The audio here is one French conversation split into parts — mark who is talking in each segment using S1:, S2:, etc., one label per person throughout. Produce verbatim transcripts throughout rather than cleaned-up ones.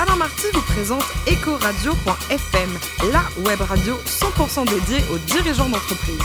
S1: Alain Marty vous présente Ecoradio point F M, la web radio cent pour cent dédiée aux dirigeants d'entreprise.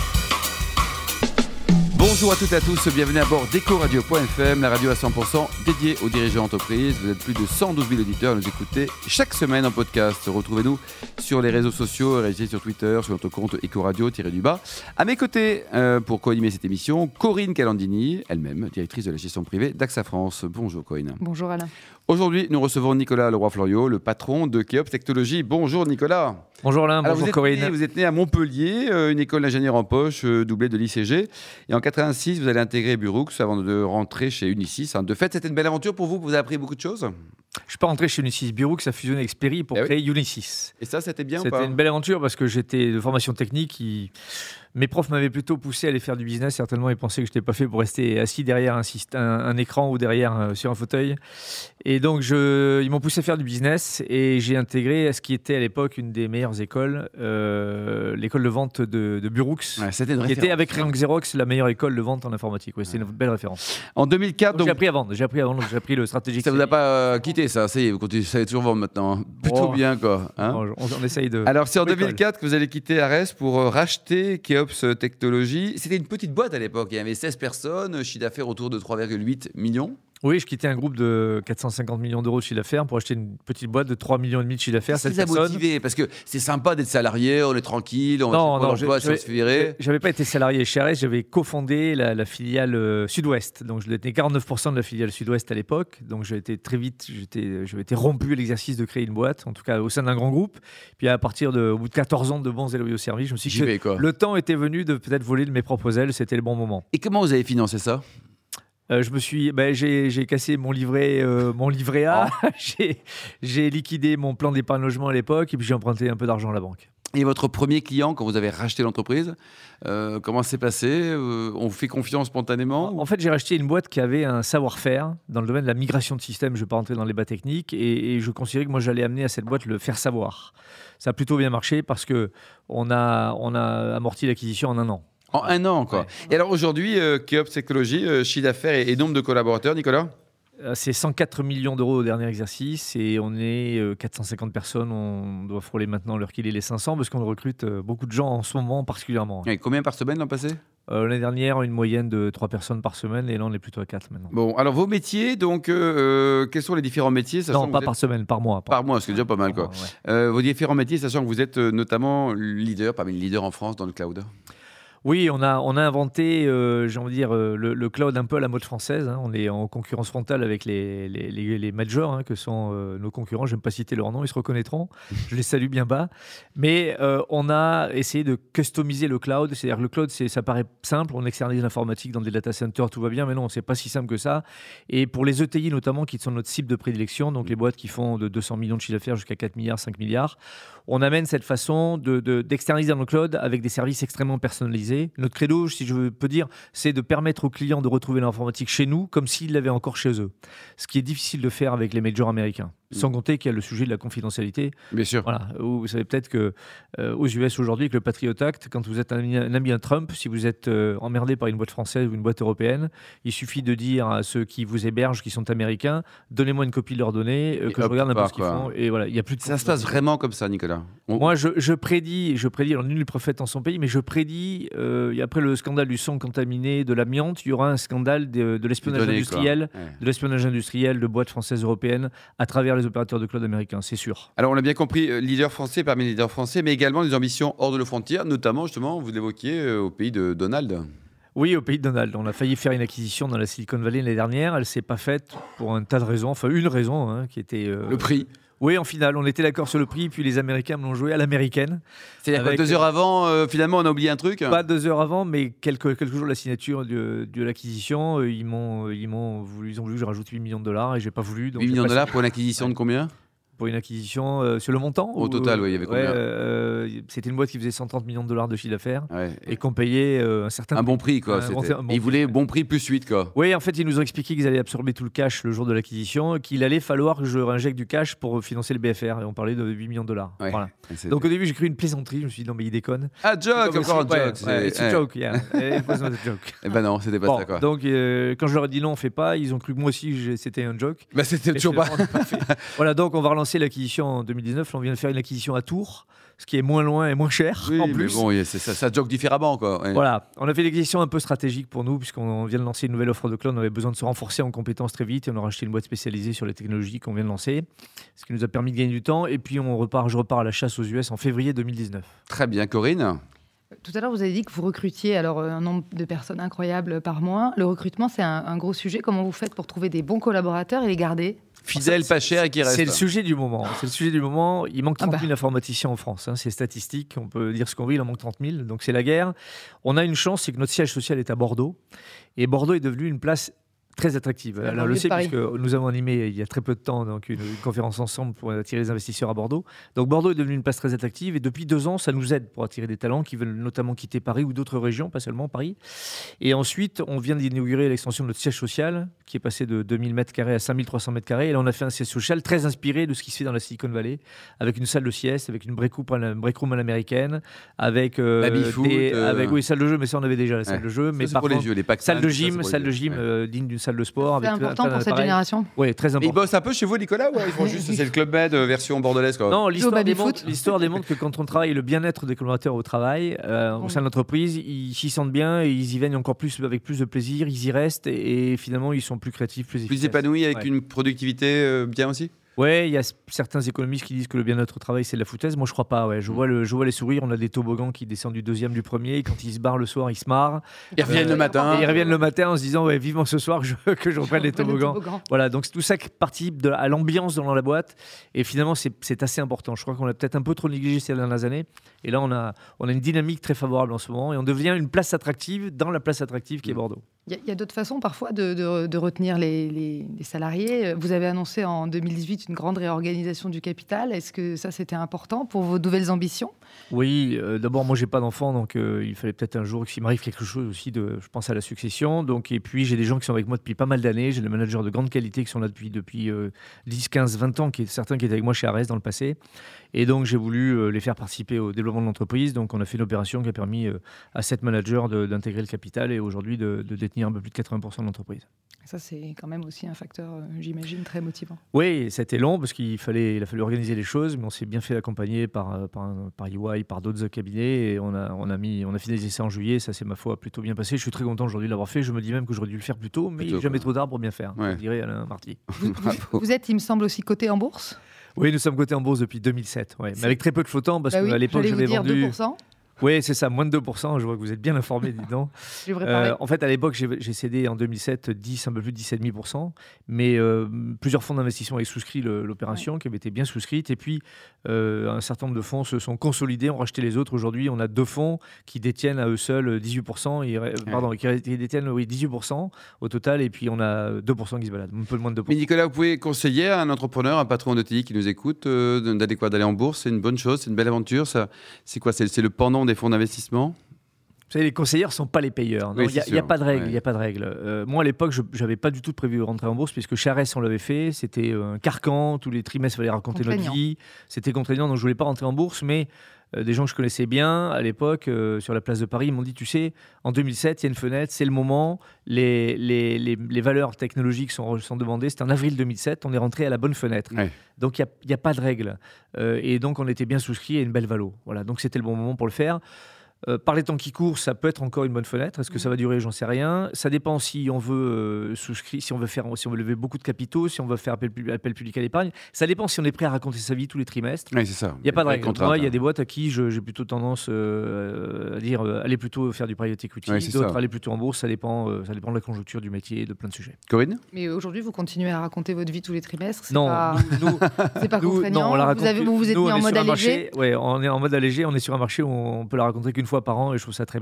S2: Bonjour à toutes et à tous, bienvenue à bord d'Ecoradio point F M, la radio à cent pour cent dédiée aux dirigeants d'entreprise. Vous êtes plus de cent douze mille auditeurs à nous écouter chaque semaine en podcast. Retrouvez-nous sur les réseaux sociaux, réagissez sur Twitter, sur notre compte Ecoradio-du-bas. À mes côtés, euh, pour co-animer cette émission, Corinne Calandini, elle-même directrice de la gestion privée d'Axa France. Bonjour Corinne.
S3: Bonjour Alain. Aujourd'hui,
S2: nous recevons Nicolas Leroy-Floriot, le patron de Keops Technologies. Bonjour Nicolas.
S3: Bonjour Alain,
S2: Alors,
S3: bonjour
S2: vous
S3: Corinne.
S2: Né, vous êtes né à Montpellier, euh, une école d'ingénieur en poche, euh, doublée de l'I C G. Et en quatre-vingt-six, vous allez intégrer Burux avant de rentrer chez Unisys. Hein. De fait, c'était une belle aventure pour vous, vous avez appris beaucoup de choses.
S3: Je ne suis pas rentré chez Unisys. Burux a fusionné avec Sperry pour
S2: eh
S3: créer
S2: oui.
S3: Unisys.
S2: Et ça, c'était bien
S3: C'était
S2: ou pas ?
S3: une belle aventure parce que j'étais de formation technique. Qui... Mes profs m'avaient plutôt poussé à aller faire du business. Certainement, ils pensaient que je n'étais pas fait pour rester assis derrière un, un, un écran ou derrière euh, sur un fauteuil. Et donc, je... ils m'ont poussé à faire du business et j'ai intégré ce qui était à l'époque une des meilleures écoles, euh, l'école de vente de, de Burux,
S2: ouais, c'était une
S3: qui était avec Rayon Xerox la meilleure école de vente en informatique. Ouais, c'est ouais. une belle référence.
S2: En deux mille quatre, donc...
S3: j'ai appris à vendre. J'ai appris à vendre. J'ai appris le stratégique.
S2: Ça vous a pas euh, quitté ça ? Ça y est, vous continuez, savez toujours vendre maintenant. Plutôt oh. bien quoi. Hein
S3: bon, on, on essaye de.
S2: Alors c'est en deux mille quatre que vous allez quitter Ares pour euh, racheter Keops Technologies. C'était une petite boîte à l'époque. Il y avait seize personnes, chiffre d'affaires autour de trois virgule huit millions.
S3: Oui, je quittais un groupe de quatre cent cinquante millions d'euros de chiffre d'affaires pour acheter une petite boîte de trois virgule cinq millions de chiffre d'affaires.
S2: C'est ça motivé parce que c'est sympa d'être salarié, on est tranquille, on
S3: non,
S2: va
S3: non,
S2: l'emploi, ça se fait virer.
S3: J'avais pas été salarié chez Ares, j'avais cofondé la, la filiale euh, Sud-Ouest. Donc je détenais quarante-neuf pour cent de la filiale Sud-Ouest à l'époque. Donc j'ai été très vite, j'étais, j'avais été rompu à l'exercice de créer une boîte, en tout cas au sein d'un grand groupe. Puis à partir de, au bout de quatorze ans de bons et loyaux services, je me suis dit que le temps était venu de peut-être voler de mes propres ailes. C'était le bon moment.
S2: Et comment vous avez financé ça ?
S3: Euh, je me suis, ben, j'ai, j'ai cassé mon livret, euh, mon livret A. Oh. j'ai, j'ai liquidé mon plan d'épargne logement à l'époque et puis j'ai emprunté un peu d'argent à la banque.
S2: Et votre premier client, quand vous avez racheté l'entreprise, euh, comment ça s'est passé ? euh, On vous fait confiance spontanément ?
S3: En fait, j'ai racheté une boîte qui avait un savoir-faire dans le domaine de la migration de systèmes. Je ne vais pas rentrer dans les débats techniques. Et, et je considérais que moi, j'allais amener à cette boîte le faire savoir. Ça a plutôt bien marché parce qu'on a, on a amorti l'acquisition en un an.
S2: En un an, quoi. Ouais. Et alors aujourd'hui, euh, Keops Technologies, euh, chiffre d'affaires et, et nombre de collaborateurs, Nicolas ?
S3: C'est cent quatre millions d'euros au dernier exercice et on est euh, quatre cent cinquante personnes. On doit frôler maintenant l'heure qu'il est les cinq cents parce qu'on recrute euh, beaucoup de gens en ce moment particulièrement.
S2: Et combien par semaine l'an passé ?
S3: Euh, l'année dernière, une moyenne de trois personnes par semaine et là, on est plutôt à quatre maintenant.
S2: Bon, alors vos métiers, donc, euh, quels sont les différents métiers ?
S3: Non, pas
S2: êtes...
S3: par semaine, par mois.
S2: Par, par mois, ce qui est déjà pas mal, quoi. Mois, ouais. euh, vos différents métiers, sachant que vous êtes euh, notamment leader, parmi les leaders en France dans le cloud.
S3: Oui, on a, on a inventé, euh, j'ai envie de dire, euh, le, le cloud un peu à la mode française. Hein. On est en concurrence frontale avec les, les, les, les majors, hein, que sont euh, nos concurrents. Je n'aime pas citer leur nom, ils se reconnaîtront. Je les salue bien bas. Mais euh, on a essayé de customiser le cloud. C'est-à-dire que le cloud, c'est, ça paraît simple. On externalise l'informatique dans des data centers, tout va bien. Mais non, c'est pas si simple que ça. Et pour les E T I notamment, qui sont notre cible de prédilection, donc les boîtes qui font de deux cents millions de chiffre d'affaires jusqu'à quatre milliards, cinq milliards, on amène cette façon de, de, d'externaliser dans le cloud avec des services extrêmement personnalisés. Notre credo, si je peux dire, c'est de permettre aux clients de retrouver l'informatique chez nous comme s'ils l'avaient encore chez eux. Ce qui est difficile de faire avec les majors américains. Sans compter qu'il y a le sujet de la confidentialité.
S2: Bien sûr.
S3: Voilà. Vous savez peut-être qu'aux euh, U S aujourd'hui, avec le Patriot Act, quand vous êtes un, un ami à Trump, si vous êtes euh, emmerdé par une boîte française ou une boîte européenne, il suffit de dire à ceux qui vous hébergent, qui sont américains, donnez-moi une copie de leurs données, euh, que hop, je regarde un peu ce qu'ils font. Et voilà, il y a plus de
S2: ça se passe vraiment comme ça, Nicolas.
S3: On... Moi, je, je prédis, je prédis, alors nul prophète en son pays, mais je prédis, euh, après le scandale du son contaminé, de l'amiante, il y aura un scandale de, de l'espionnage données, industriel, ouais. de l'espionnage industriel de boîtes françaises européennes à travers les opérateurs de cloud américains. C'est sûr.
S2: Alors on l'a bien compris, euh, leader français parmi les leaders français, mais également des ambitions hors de nos frontières, notamment justement, vous l'évoquiez, euh, au pays de Donald.
S3: Oui, au pays de Donald. On a failli faire une acquisition dans la Silicon Valley l'année dernière. Elle ne s'est pas faite pour un tas de raisons, enfin une raison hein, qui était... Euh...
S2: Le prix.
S3: Oui, en finale, on était d'accord sur le prix, puis les Américains me l'ont joué à l'américaine.
S2: C'est-à-dire que deux heures avant, euh, finalement, on a oublié un truc.
S3: Pas deux heures avant, mais quelques, quelques jours de la signature de, de l'acquisition, euh, ils, m'ont, ils, m'ont voulu, ils ont voulu que je rajoute huit millions de dollars et je n'ai pas voulu.
S2: Donc huit millions de dollars pour une acquisition ouais. de combien ?
S3: Pour une acquisition euh, sur le montant
S2: au
S3: ou,
S2: total, oui, il y avait combien
S3: ouais, euh, c'était une boîte qui faisait cent trente millions de dollars de chiffre d'affaires
S2: Ouais.
S3: et qu'on payait euh, un certain
S2: Un bon prix, quoi.
S3: Un bon-
S2: c'était-
S3: un bon
S2: Et ils
S3: prix.
S2: voulaient bon prix plus huit, quoi.
S3: Oui, en fait, ils nous ont expliqué qu'ils allaient absorber tout le cash le jour de l'acquisition, qu'il allait falloir que je réinjecte du cash pour financer le B F R. Et on parlait de huit millions de dollars.
S2: Ouais.
S3: Voilà.
S2: Et c'était-
S3: Donc au début, j'ai cru une plaisanterie. Je me suis dit, non, mais il déconne.
S2: Ah, joke,
S3: Donc,
S2: encore un
S3: ouais,
S2: joke. c'est-
S3: ouais, it's a
S2: ouais.
S3: joke, yeah. It was not a joke.
S2: Eh ben non, c'était pas
S3: Bon,
S2: ça, quoi.
S3: donc, euh, quand je leur ai dit non, on fait pas, ils ont cru que moi aussi j'ai- c'était un joke.
S2: Bah, c'était
S3: Et
S2: toujours pas.
S3: finalement, on n'a pas fait. Voilà, donc on va relancer l'acquisition en deux mille dix-neuf. Là, on vient de faire une acquisition à Tours, ce qui est moins loin et moins cher
S2: Oui,
S3: en
S2: mais
S3: plus.
S2: bon, c'est ça, ça joke différemment, quoi. Ouais.
S3: Voilà, on a fait une acquisition un peu stratégique pour nous, puisqu'on vient de lancer une nouvelle offre de cloud. On avait besoin de se renforcer en compétences très vite et on a racheté une boîte spécialisée sur les technologies qu'on vient de lancer, ce qui nous a permis de gagner du temps. Et puis on repart, je repars à la chasse aux U S en février deux mille dix-neuf.
S2: Très bien, Corinne.
S4: Tout à l'heure, vous avez dit que vous recrutiez alors euh, un nombre de personnes incroyable par mois. Le recrutement, c'est un, un gros sujet. Comment vous faites pour trouver des bons collaborateurs et les garder?
S2: Fidèle, pas cher et qui reste.
S3: C'est le sujet du moment. C'est le sujet du moment. Il manque
S4: Ah
S3: trente mille
S4: bah.
S3: informaticiens en France. Hein. C'est statistique. On peut dire ce qu'on veut. Il en manque trente mille. Donc c'est la guerre. On a une chance, c'est que notre siège social est à Bordeaux. Et Bordeaux est devenu une place très attractive.
S4: La
S3: Alors, on le
S4: banlieue de
S3: sait
S4: Paris.
S3: puisque nous avons animé il y a très peu de temps donc une, une conférence ensemble pour attirer les investisseurs à Bordeaux. Donc Bordeaux est devenu une place très attractive et depuis deux ans, ça nous aide pour attirer des talents qui veulent notamment quitter Paris ou d'autres régions, pas seulement Paris. Et ensuite, on vient d'inaugurer l'extension de notre siège social qui est passé de deux mille mètres carrés à cinq mille trois cents mètres carrés. Et là, on a fait un siège social très inspiré de ce qui se fait dans la Silicon Valley, avec une salle de sieste, avec une break room à la- break room à l'américaine, avec euh,
S2: Baby-foot,
S3: des-
S2: euh,
S3: avec oui salle de jeu, mais ça on avait déjà la salle
S2: Ouais.
S3: de jeu.
S2: Ça,
S3: Mais
S2: c'est
S3: par
S2: pour les
S3: contre,
S2: vieux, les packs
S3: salle de
S2: ça, c'est
S3: gym,
S2: pour les
S3: salle de
S2: vieux.
S3: gym
S2: Ouais.
S3: euh, digne d'une salle de sport.
S4: C'est
S3: avec
S4: important
S3: plein
S4: pour cette
S3: d'appareils.
S4: génération.
S3: Oui, très
S2: Et ils
S3: important.
S2: bossent un peu chez vous, Nicolas, ou ils font juste c'est le Club Med euh, version bordelaise, quoi.
S3: Non, l'histoire
S4: baby-foot.
S3: démontre, l'histoire démontre que quand on travaille le bien-être des collaborateurs au travail, euh, au
S4: Bon.
S3: sein de l'entreprise, ils s'y sentent bien et ils y viennent encore plus avec plus de plaisir, ils y restent et, et finalement ils sont plus créatifs, plus efficaces.
S2: Plus épanoui avec
S3: Ouais.
S2: une productivité euh, bien aussi.
S3: Ouais, il y a s- certains économistes qui disent que le bien-être au travail c'est de la foutaise. Moi je crois pas. Ouais, je vois le, je vois les sourires. On a des toboggans qui descendent du deuxième, du premier. Et quand ils se barrent le soir, ils se marrent.
S2: Ils reviennent
S3: Euh,
S2: le matin.
S3: Et ils reviennent le matin en se disant ouais, vivement ce soir que je, que je reprenne les
S4: Reprenne
S3: toboggans. Voilà, donc c'est tout ça qui participe de, à l'ambiance dans la boîte. Et finalement, c'est c'est assez important. Je crois qu'on l'a peut-être un peu trop négligé ces dernières années. Et là, on a, on a une dynamique très favorable en ce moment. Et on devient une place attractive dans la place attractive qui est Bordeaux.
S4: Il y a, il y a d'autres façons parfois de, de- de retenir les, les- les salariés. Vous avez annoncé en deux mille dix-huit une grande réorganisation du capital. Est-ce que ça, c'était important pour vos nouvelles ambitions?
S3: Oui, euh, d'abord, moi, j'ai pas d'enfant, donc euh, il fallait peut-être un jour qu'il m'arrive quelque chose aussi de, je pense à la succession. Donc, et puis, j'ai des gens qui sont avec moi depuis pas mal d'années. J'ai des managers de grande qualité qui sont là depuis, depuis euh, dix, quinze, vingt ans, qui, certains qui étaient avec moi chez Ares dans le passé. Et donc, j'ai voulu euh, les faire participer au développement de l'entreprise. Donc, on a fait une opération qui a permis euh, à sept managers de- d'intégrer le capital et aujourd'hui de, de détenir un peu plus de quatre-vingts pour cent de l'entreprise.
S4: Ça, c'est quand même aussi un facteur, euh, j'imagine, très motivant.
S3: Oui, c'était long parce qu'il fallait, il a fallu organiser les choses, mais on s'est bien fait accompagner par, euh, par, un- par E Y, par d'autres cabinets, et on a, on a, mis, on a finalisé ça en juillet. Ça, c'est ma foi plutôt bien passé. Je suis très content aujourd'hui de l'avoir fait. Je me dis même que j'aurais dû le faire plus tôt, mais
S2: Plus tôt,
S3: jamais
S2: quoi.
S3: trop tard pour bien faire.
S2: Ouais.
S3: Je dirais Alain Marty.
S2: Bravo.
S4: Vous êtes, il me semble, aussi coté en bourse?
S3: Oui, nous sommes cotés en bourse depuis deux mille sept, ouais. mais avec très peu de flottants parce
S4: Bah oui,
S3: qu'à l'époque,
S4: j'allais vous
S3: j'avais
S4: dire
S3: vendu.
S4: deux pour cent.
S3: Oui, c'est ça, moins de deux pour cent. Je vois que vous êtes bien informé, dis donc.
S4: Je vais préparer.
S3: Euh, en fait, à l'époque, j'ai j'ai cédé en deux mille sept dix, un peu plus de dix virgule cinq pour cent. Mais euh, plusieurs fonds d'investissement avaient souscrit le- l'opération, qui avait été bien souscrite. Et puis, euh, un certain nombre de fonds se sont consolidés, ont racheté les autres. Aujourd'hui, on a deux fonds qui détiennent à eux seuls dix-huit pour cent. Et, euh, pardon, qui qui détiennent oui, dix-huit pour cent au total. Et puis, on a deux pour cent qui se baladent, un peu moins de deux pour
S2: Mais
S3: cent.
S2: Nicolas, vous pouvez conseiller à un entrepreneur, un patron de T I qui nous écoute, euh, d'aller quoi, d'aller en bourse? C'est une bonne chose, c'est une belle aventure. Ça, c'est quoi? C'est c'est le pendant des fonds d'investissement?
S3: Vous savez, les conseillers ne sont pas les payeurs.
S2: Oui,
S3: Il n'y a,
S2: c'est
S3: il y a
S2: sûr.
S3: pas de règle.
S2: Ouais.
S3: Il y a pas de règle. Euh, moi, à l'époque, je n'avais pas du tout prévu de rentrer en bourse, puisque chez Ares, on l'avait fait. C'était euh, un carcan. Tous les trimestres, il fallait raconter notre
S4: Contraignant.
S3: vie. C'était contraignant, donc je ne voulais pas rentrer en bourse. Mais euh, des gens que je connaissais bien, à l'époque, euh, sur la place de Paris, ils m'ont dit, tu sais, en deux mille sept, il y a une fenêtre, c'est le moment. Les, les, les, les valeurs technologiques sont, sont demandées. C'était en avril deux mille sept. On est rentré à la bonne fenêtre.
S2: Ouais.
S3: Donc, il n'y a, a pas de règle. Euh, et donc, on était bien souscrit à une belle valo. Voilà, donc, c'était le bon moment pour le faire. Euh, par les temps qui courent, ça peut être encore une bonne fenêtre. Est-ce que ça va durer? J'en sais rien. Ça dépend si on veut euh, souscrire, si on veut faire, si on veut lever beaucoup de capitaux, si on veut faire appel, pu- appel public à l'épargne. Ça dépend si on est prêt à raconter sa vie tous les trimestres.
S2: Oui, c'est ça.
S3: Il n'y a pas de règle.
S2: contrainte,
S3: Moi, il y a
S2: hein.
S3: des boîtes à qui je- j'ai plutôt tendance euh, à dire euh, allez plutôt faire du private equity,
S2: Ouais, c'est
S3: d'autres
S2: ça.
S3: aller plutôt en bourse. Ça dépend, euh, ça dépend de la conjoncture du métier et de plein de sujets.
S2: Corinne?
S4: Mais aujourd'hui, vous continuez à raconter votre vie tous les trimestres. C'est
S3: Non,
S4: pas,
S3: nous,
S4: c'est pas
S3: nous,
S4: contraignant.
S3: non, on la
S4: vous,
S3: raconte
S4: avez,
S3: plus.
S4: vous vous êtes
S3: Nous,
S4: mis
S3: on
S4: en
S3: est
S4: mode
S3: sur un
S4: allégé.
S3: marché- ouais, on est en mode allégé. On est sur un marché où on peut la raconter qu'une fois par an et je trouve ça très bien.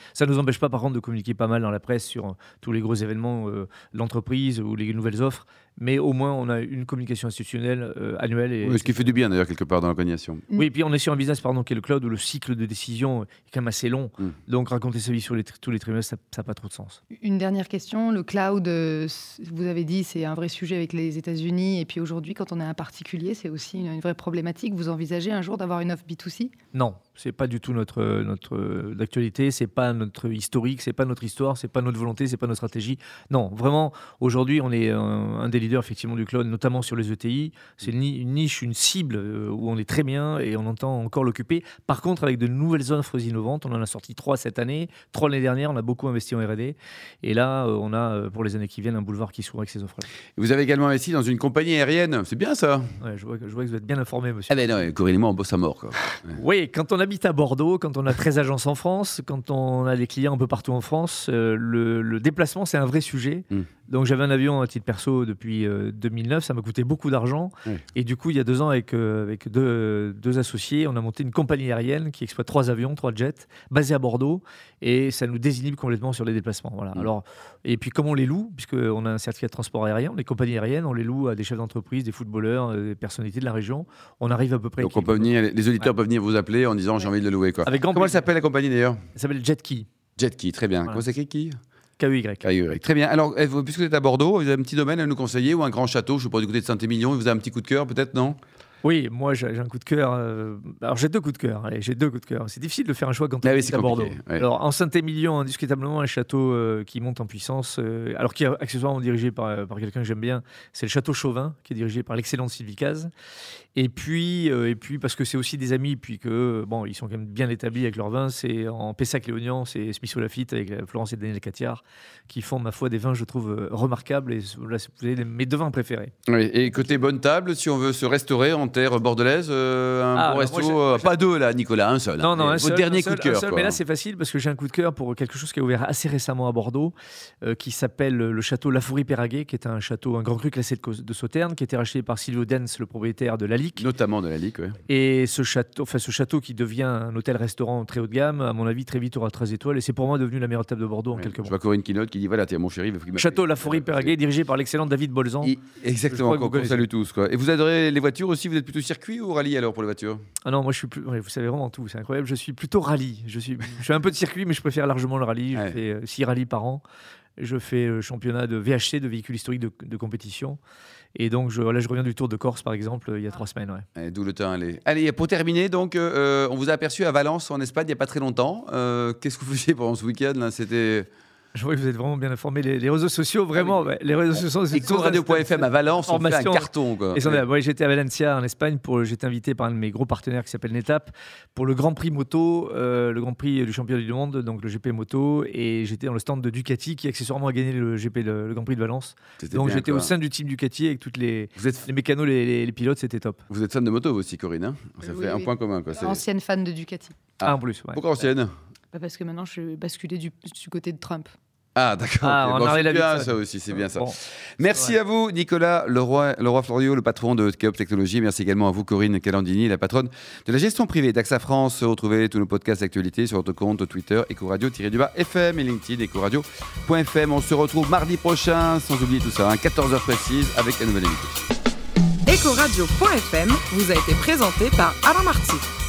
S3: Ça ne nous empêche pas, par contre, de communiquer pas mal dans la presse sur euh, tous les gros événements euh, de l'entreprise ou les nouvelles offres. Mais au moins, on a une communication institutionnelle euh, annuelle. Et
S2: oui, ce qui fait du bien, d'ailleurs, quelque part, dans l'organisation.
S3: Oui, et puis on est sur un business pardon, qui est le cloud, où le cycle de décision est quand même assez long. Mm. Donc, raconter sa vie sur les, tous les trimestres, ça n'a pas trop de sens.
S4: Une dernière question. Le cloud, euh, vous avez dit, c'est un vrai sujet avec les États-Unis. Et puis aujourd'hui, quand on est un particulier, c'est aussi une, une vraie problématique. Vous envisagez un jour d'avoir une offre B deux C ?
S3: Non, ce n'est pas du tout notre, notre actualité. Ce n'est pas notre historique, ce n'est pas notre histoire, ce n'est pas notre volonté, ce n'est pas notre stratégie. Non, vraiment, aujourd'hui, on est un, un des leaders effectivement du cloud, notamment sur les E T I. C'est une, une niche, une cible où on est très bien et on entend encore l'occuper. Par contre, avec de nouvelles offres innovantes, on en a sorti trois cette année, trois l'année dernière, on a beaucoup investi en R et D. Et là, on a, pour les années qui viennent, un boulevard qui s'ouvre avec ces offres-là.
S2: Vous avez également investi dans une compagnie aérienne, c'est bien ça ?
S3: Ouais, je vois, je vois que vous êtes bien informé, monsieur.
S2: Ah ben non, Corinne et moi, on bosse à mort. Quoi.
S3: Ouais. Oui, quand on habite à Bordeaux, quand on a treize agences en France, quand on a des clients un peu partout en France, euh, le, le déplacement, c'est un vrai sujet. Mm. Donc j'avais un avion à titre perso depuis euh, deux mille neuf, ça m'a coûté beaucoup d'argent. Oui. Et du coup, il y a deux ans, avec, euh, avec deux, deux associés, on a monté une compagnie aérienne qui exploite trois avions, trois jets, basés à Bordeaux. Et ça nous désinhibe complètement sur les déplacements. Voilà. Mmh. Alors, et puis comme on les loue, puisqu'on a un certificat de transport aérien, les compagnies aériennes, on les loue à des chefs d'entreprise, des footballeurs, des personnalités de la région. On arrive à peu près...
S2: Donc on peut venir, les auditeurs ouais. peuvent venir vous appeler en disant ouais. j'ai envie de le louer. Quoi.
S3: Avec grand
S2: Comment
S3: plaisir.
S2: Elle s'appelle la compagnie d'ailleurs ?
S3: Elle s'appelle Jetkey.
S2: Jetkey, très bien. Voilà. Comment s'écrit qui ?
S3: K E Y.
S2: K E Y. Très bien. Alors, puisque vous êtes à Bordeaux, vous avez un petit domaine à nous conseiller ou un grand château, je ne sais pas, du côté de Saint-Émilion, vous avez un petit coup de cœur peut-être, non ?
S3: Oui, moi j'ai un coup de cœur. Euh... Alors j'ai deux coups de cœur. Allez, j'ai deux coups de cœur. C'est difficile de faire un choix quand on
S2: ah
S3: est
S2: oui,
S3: à Bordeaux.
S2: Ouais.
S3: Alors en Saint-Émilion, indiscutablement un château euh, qui monte en puissance, euh, alors qui est accessoirement dirigé par, par quelqu'un que j'aime bien. C'est le château Chauvin, qui est dirigé par l'excellente Sylvie Caz. Et puis, euh, et puis parce que c'est aussi des amis, puis que bon, ils sont quand même bien établis avec leur vin. C'est en Pessac-Léognan, c'est Smith Lafitte avec Florence et Daniel Catiard qui font ma foi des vins, je trouve euh, remarquables. Et là, c'est mes deux vins préférés.
S2: Oui, et côté bonne table, si on veut se restaurer en terre bordelaise. Euh, un
S3: ah,
S2: bon resto,
S3: moi,
S2: euh, pas deux là, Nicolas, un seul.
S3: Non, non, un
S2: Votre
S3: seul,
S2: dernier
S3: un seul,
S2: coup de cœur.
S3: Un seul,
S2: quoi.
S3: Mais là, c'est facile parce que j'ai un coup de cœur pour quelque chose qui a ouvert assez récemment à Bordeaux, euh, qui s'appelle le château Lafourie-Péraguet, qui est un château, un grand cru classé de, de Sauternes, qui a été racheté par Silvio Dens, le propriétaire de la Lique.
S2: Notamment de la Lique, oui.
S3: Et ce château, enfin, ce château qui devient un hôtel-restaurant très haut de gamme, à mon avis, très vite aura treize étoiles. Et c'est pour moi devenu la meilleure table de Bordeaux en
S2: ouais,
S3: quelques mois.
S2: Je vois Corinne qui note, qui dit voilà, tiens, mon chéri, il
S3: château Lafourie-Péraguet, dirigé par l'excellent David Bolzan.
S2: Et, exactement, qu'on qu salue tous. Quoi. Et vous adorez les voitures aussi, vous êtes plutôt circuit ou rallye alors pour les voitures ?
S3: Ah non, moi je suis plus. Ouais, vous savez vraiment tout, c'est incroyable. Je suis plutôt rallye. Je suis, je fais un peu de circuit, mais je préfère largement le rallye. Je ouais. fais euh, six rallyes par an. Je fais euh, championnat de V H C, de véhicules historiques de, de compétition. Et donc, je, là, je reviens du Tour de Corse, par exemple, il y a trois semaines. Ouais.
S2: D'où le temps. Allez. allez, pour terminer, donc, euh, on vous a aperçu à Valence, en Espagne, il n'y a pas très longtemps. Euh, Qu'est-ce que vous faisiez pendant ce week-end là ? C'était...
S3: Je vois que vous êtes vraiment bien informés. Les, les réseaux sociaux, vraiment, ouais, les réseaux sociaux.
S2: Et Ecoradio point F M à Valence, on fait un carton. Quoi.
S3: Et ouais. Ouais, j'étais à Valencia, en Espagne. Pour, j'étais invité par un de mes gros partenaires qui s'appelle Netap pour le Grand Prix moto, euh, le Grand Prix du championnat du monde, donc le G P moto. Et j'étais dans le stand de Ducati qui accessoirement a gagné le G P, le, le Grand Prix de Valence. Donc bien, j'étais quoi. Au sein du team Ducati avec toutes les, êtes... les mécanos, les, les, les pilotes, c'était top.
S2: Vous êtes fan de moto aussi, Corinne hein Ça oui, fait oui. un point commun. Quoi.
S4: Ancienne fan de Ducati.
S3: Ah, en plus. Ouais.
S2: Pourquoi ancienne ?
S4: bah Parce que maintenant, je suis basculée du, du côté de Trump.
S2: Ah d'accord,
S3: ah,
S2: okay.
S3: on
S2: bon,
S3: a
S2: c'est bien
S3: ça.
S2: ça aussi, c'est bien ça.
S3: Bon,
S2: merci à vous Nicolas Leroy, Leroy Florio, le patron de Keops Technologies. Merci également à vous Corinne Calandini, la patronne de la gestion privée d'Axa France. Retrouvez tous nos podcasts d'actualité sur notre compte Twitter Ecoradio-du-bas F M et LinkedIn Ecoradio point F M. On se retrouve mardi prochain, sans oublier tout ça, hein, quatorze heures précises avec un nouvel invité.
S1: Ecoradio point F M vous a été présenté par Alain Marty.